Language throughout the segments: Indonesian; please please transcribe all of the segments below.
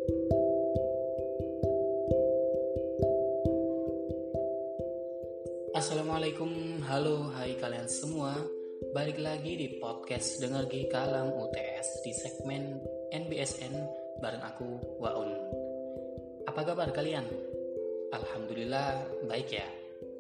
Assalamualaikum, halo, hai kalian semua. Balik lagi di podcast Dengar Gi Kalam UTS di segmen NBSN bareng aku, Waun. Apa kabar kalian? Alhamdulillah baik ya.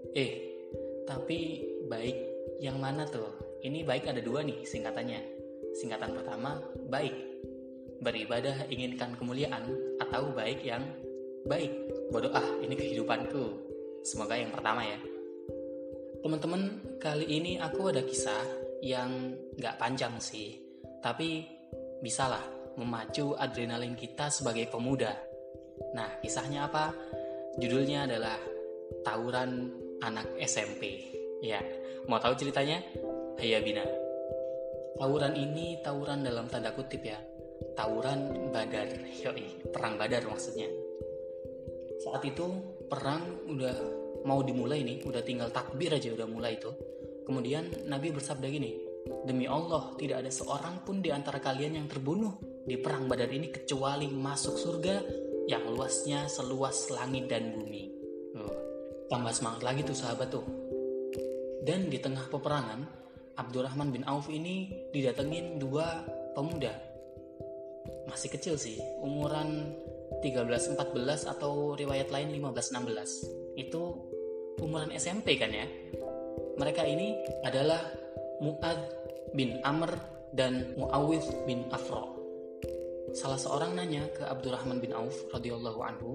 Tapi baik yang mana tuh? Ini baik ada dua nih singkatannya. Singkatan pertama, baik, beribadah inginkan kemuliaan, atau baik yang baik, bodoh ini kehidupanku. Semoga yang pertama ya. Teman-teman, kali ini aku ada kisah yang gak panjang sih, tapi bisalah memacu adrenalin kita sebagai pemuda. Nah, kisahnya apa? Judulnya adalah Tawuran Anak SMP. Ya, mau tahu ceritanya? Hayya bina. Tawuran ini tawuran dalam tanda kutip ya. Tawuran Badar, perang Badar maksudnya. Saat itu perang udah mau dimulai nih, udah tinggal takbir aja udah mulai itu. Kemudian Nabi bersabda gini, demi Allah tidak ada seorang pun di antara kalian yang terbunuh di perang Badar ini kecuali masuk surga yang luasnya seluas langit dan bumi. Tambah semangat lagi tuh sahabat tuh. Dan di tengah peperangan, Abdurrahman bin Auf ini didatengin dua pemuda. Masih kecil sih, umuran 13-14 atau riwayat lain 15-16. Itu umuran SMP kan ya. Mereka ini adalah Mu'ad bin Amr dan Muawidh bin Afra. Salah seorang nanya ke Abdurrahman bin Auf radhiyallahu anhu,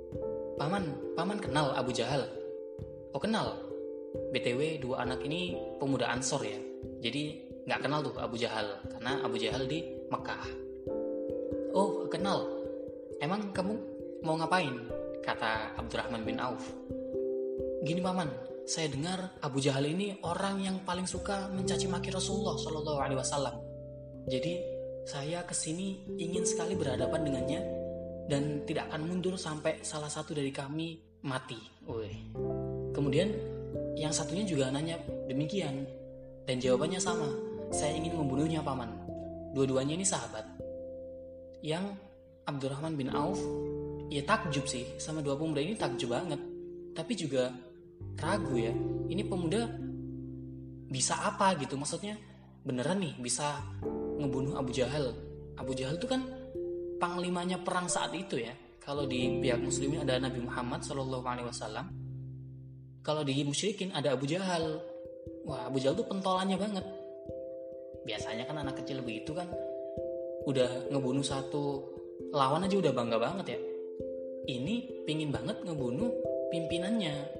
Paman kenal Abu Jahal? Oh kenal. BTW dua anak ini pemuda Ansor ya. Jadi gak kenal tuh Abu Jahal, karena Abu Jahal di Mekah. Oh kenal. Emang kamu mau ngapain? Kata Abdurrahman bin Auf. Gini paman, saya dengar Abu Jahal ini orang yang paling suka mencaci maki Rasulullah Shallallahu Alaihi Wasallam. Jadi saya kesini ingin sekali berhadapan dengannya dan tidak akan mundur sampai salah satu dari kami mati. Kemudian yang satunya juga nanya demikian dan jawabannya sama. Saya ingin membunuhnya paman. Dua-duanya ini sahabat. Yang Abdurrahman bin Auf ya takjub sih, sama dua pemuda ini takjub banget. Tapi juga ragu ya, ini pemuda bisa apa gitu, maksudnya beneran nih bisa ngebunuh Abu Jahal. Abu Jahal itu kan panglimanya perang saat itu ya. Kalau di pihak muslimin ada Nabi Muhammad SAW, kalau di musyrikin ada Abu Jahal. Wah, Abu Jahal tuh pentolannya banget. Biasanya kan anak kecil begitu kan udah ngebunuh satu lawan aja udah bangga banget ya. Ini pingin banget ngebunuh pimpinannya.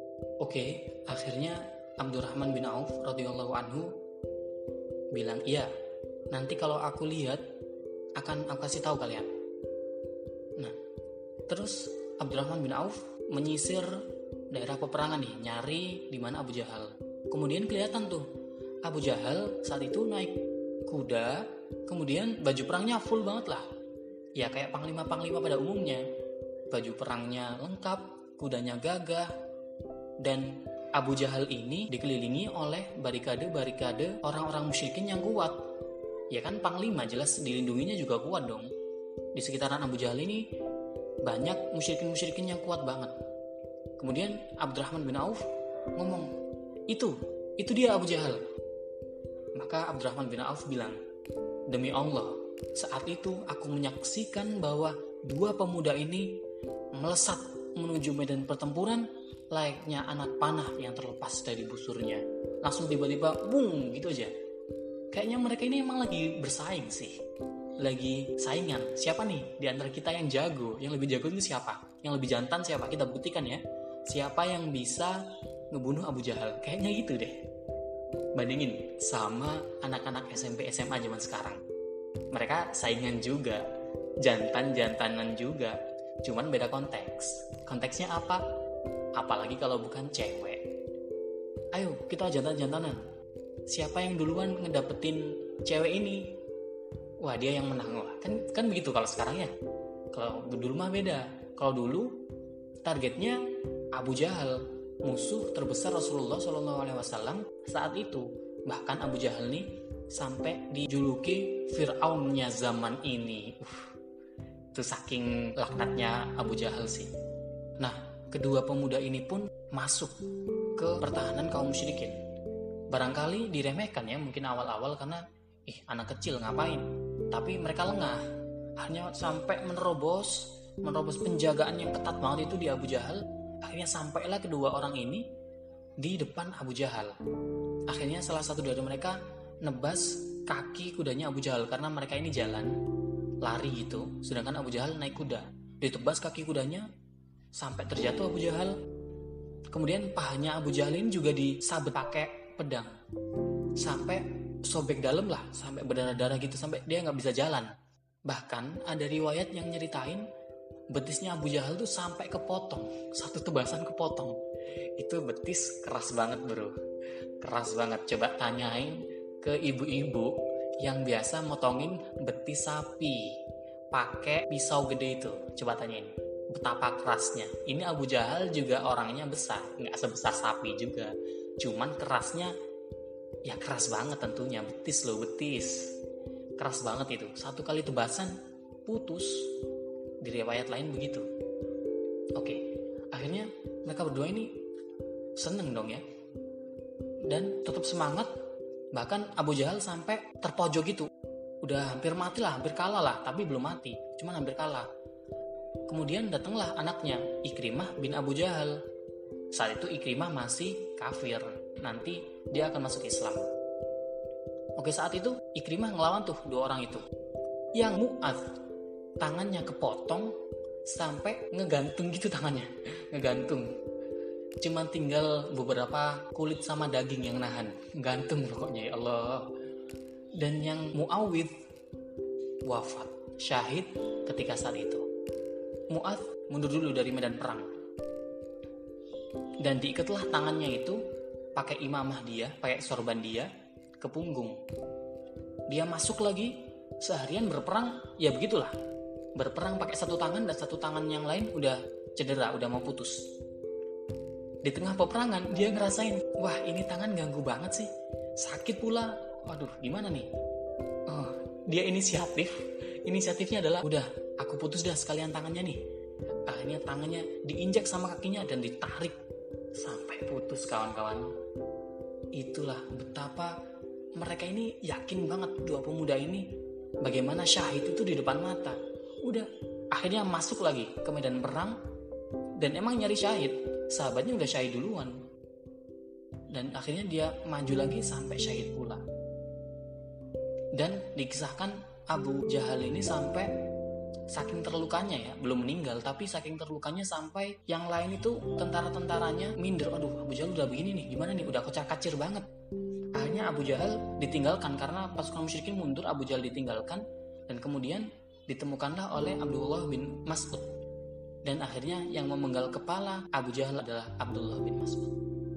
Akhirnya Abdurrahman bin Auf radhiyallahu anhu bilang, iya, nanti kalau aku lihat akan aku kasih tahu kalian. Nah, terus Abdurrahman bin Auf menyisir daerah peperangan nih, nyari di mana Abu Jahal. Kemudian kelihatan tuh Abu Jahal saat itu naik kuda, kemudian baju perangnya full banget lah. Ya kayak panglima-panglima pada umumnya. Baju perangnya lengkap, kudanya gagah, dan Abu Jahal ini dikelilingi oleh barikade-barikade orang-orang musyrikin yang kuat. Ya kan panglima jelas dilindunginya juga kuat dong. Di sekitaran Abu Jahal ini banyak musyrikin-musyrikin yang kuat banget. Kemudian Abdurrahman bin Auf ngomong, itu dia Abu Jahal. Maka Abdurrahman bin Auf bilang, demi Allah, saat itu aku menyaksikan bahwa dua pemuda ini melesat menuju medan pertempuran layaknya anak panah yang terlepas dari busurnya. Langsung tiba-tiba bung gitu aja. Kayaknya mereka ini emang lagi bersaing sih. Lagi saingan. Siapa nih di antara kita yang jago? Yang lebih jago itu siapa? Yang lebih jantan siapa? Kita buktikan ya. Siapa yang bisa ngebunuh Abu Jahal? Kayaknya gitu deh. Bandingin sama anak-anak SMP SMA zaman sekarang. Mereka saingan juga, jantan-jantanan juga, cuman beda konteks. Konteksnya apa? Apalagi kalau bukan cewek. Ayo kita jantan-jantanan. Siapa yang duluan ngedapetin cewek ini? Wah dia yang menang. Wah, kan begitu kalau sekarang ya. Kalau dulu mah beda. Kalau dulu targetnya Abu Jahal, musuh terbesar Rasulullah SAW saat itu. Bahkan Abu Jahal nih sampai dijuluki Fir'aunnya zaman ini. Itu saking laknatnya Abu Jahal sih. Nah, kedua pemuda ini pun masuk ke pertahanan kaum musyrikin. Barangkali diremehkan ya mungkin awal-awal karena anak kecil ngapain. Tapi mereka lengah. Akhirnya sampai menerobos penjagaan yang ketat banget itu di Abu Jahal. Akhirnya sampailah kedua orang ini di depan Abu Jahal. Akhirnya salah satu dari mereka nebas kaki kudanya Abu Jahal karena mereka ini jalan lari gitu, sedangkan Abu Jahal naik kuda. Ditebas kaki kudanya sampai terjatuh Abu Jahal. Kemudian pahanya Abu Jahal ini juga disabet pakai pedang sampai sobek dalam lah, sampai berdarah-darah gitu, sampai dia nggak bisa jalan. Bahkan ada riwayat yang nyeritain betisnya Abu Jahal tuh sampai kepotong, satu tebasan kepotong. Itu betis keras banget bro, keras banget. Coba tanyain ke ibu-ibu yang biasa motongin betis sapi pakai pisau gede itu, coba tanyain betapa kerasnya. Ini Abu Jahal juga orangnya besar, nggak sebesar sapi juga, cuman kerasnya ya keras banget tentunya. Betis loh, betis keras banget itu, satu kali tebasan putus. Di riwayat lain begitu. Oke, akhirnya mereka berdua ini seneng dong ya, dan tetap semangat. Bahkan Abu Jahal sampai terpojok gitu, udah hampir mati lah, hampir kalah lah, tapi belum mati, cuman hampir kalah. Kemudian datanglah anaknya Ikrimah bin Abu Jahal. Saat itu Ikrimah masih kafir, nanti dia akan masuk Islam. Oke, saat itu Ikrimah ngelawan tuh dua orang itu. Yang Mu'adz tangannya kepotong sampai ngegantung gitu tangannya, ngegantung. Cuman tinggal beberapa kulit sama daging yang nahan, gantung pokoknya, ya Allah. Dan yang Muawidh wafat, syahid ketika saat itu. Mu'adz mundur dulu dari medan perang, dan diikatlah tangannya itu pakai imamah dia, pakai sorban dia ke punggung. Dia masuk lagi, seharian berperang, ya begitulah. Berperang pakai satu tangan dan satu tangan yang lain udah cedera, udah mau putus. Di tengah peperangan dia ngerasain, wah ini tangan ganggu banget sih, sakit pula, waduh gimana nih. Dia inisiatifnya adalah, udah aku putus dah sekalian tangannya nih. Akhirnya tangannya diinjak sama kakinya dan ditarik sampai putus kawan-kawan. Itulah betapa mereka ini yakin banget, dua pemuda ini, bagaimana syahid itu di depan mata. Udah, akhirnya masuk lagi ke medan perang, dan emang nyari syahid, sahabatnya udah syahid duluan, dan akhirnya dia maju lagi sampai syahid pula. Dan dikisahkan Abu Jahal ini sampai saking terlukanya ya, belum meninggal, tapi saking terlukanya sampai yang lain itu tentara-tentaranya minder. Aduh, Abu Jahal udah begini nih, gimana nih, udah kocar-kacir banget. Akhirnya Abu Jahal ditinggalkan karena pasukan musyrikin mundur, Abu Jahal ditinggalkan, dan kemudian ditemukanlah oleh Abdullah bin Mas'ud. Dan akhirnya yang memenggal kepala Abu Jahal adalah Abdullah bin Mas'ud.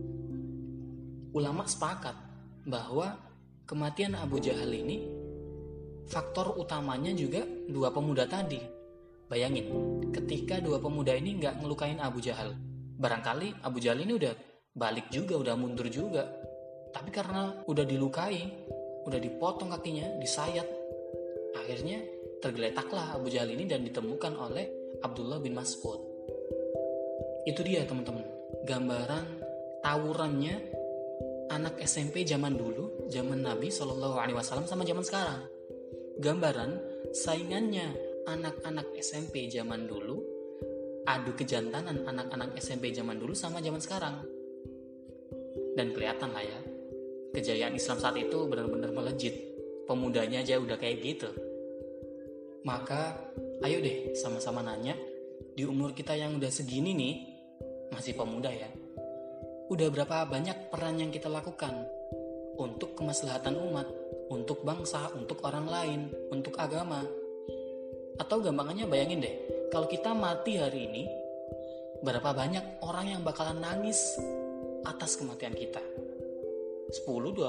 Ulama sepakat bahwa kematian Abu Jahal ini faktor utamanya juga dua pemuda tadi. Bayangin, ketika dua pemuda ini nggak ngelukain Abu Jahal, barangkali Abu Jahal ini udah balik juga, udah mundur juga. Tapi karena udah dilukai, udah dipotong kakinya, disayat, akhirnya tergeletaklah Abu Jahal ini dan ditemukan oleh Abdullah bin Mas'ud. Itu dia teman-teman, gambaran tawurannya anak SMP zaman dulu, zaman Nabi SAW sama zaman sekarang. Gambaran saingannya anak-anak SMP zaman dulu, adu kejantanan anak-anak SMP zaman dulu sama zaman sekarang. Dan kelihatan lah ya, kejayaan Islam saat itu benar-benar melejit. Pemudanya aja udah kayak gitu. Maka ayo deh sama-sama nanya, di umur kita yang udah segini nih, masih pemuda ya, udah berapa banyak peran yang kita lakukan untuk kemaslahatan umat, untuk bangsa, untuk orang lain, untuk agama. Atau gampangannya bayangin deh, kalau kita mati hari ini, berapa banyak orang yang bakalan nangis atas kematian kita? 10,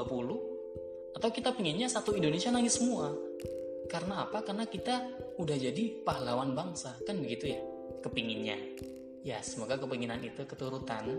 20? Atau kita pengennya satu Indonesia nangis semua? Karena apa? Karena kita udah jadi pahlawan bangsa, kan begitu ya kepinginnya. Ya semoga kepinginan itu keturutan.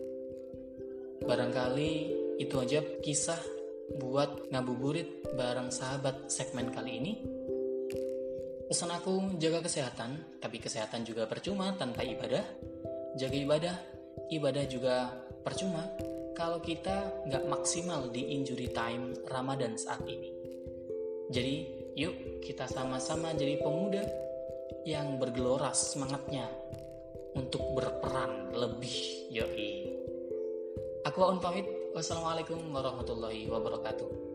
Barangkali itu aja kisah buat ngabuburit bareng sahabat segmen kali ini. Pesan aku, jaga kesehatan, tapi kesehatan juga percuma tanpa ibadah. Jaga ibadah, ibadah juga percuma kalau kita nggak maksimal di injury time Ramadan saat ini. Jadi, yuk kita sama-sama jadi pemuda yang bergelora semangatnya untuk berperan lebih. Yoi. Aku Aun pamit. Wassalamualaikum warahmatullahi wabarakatuh.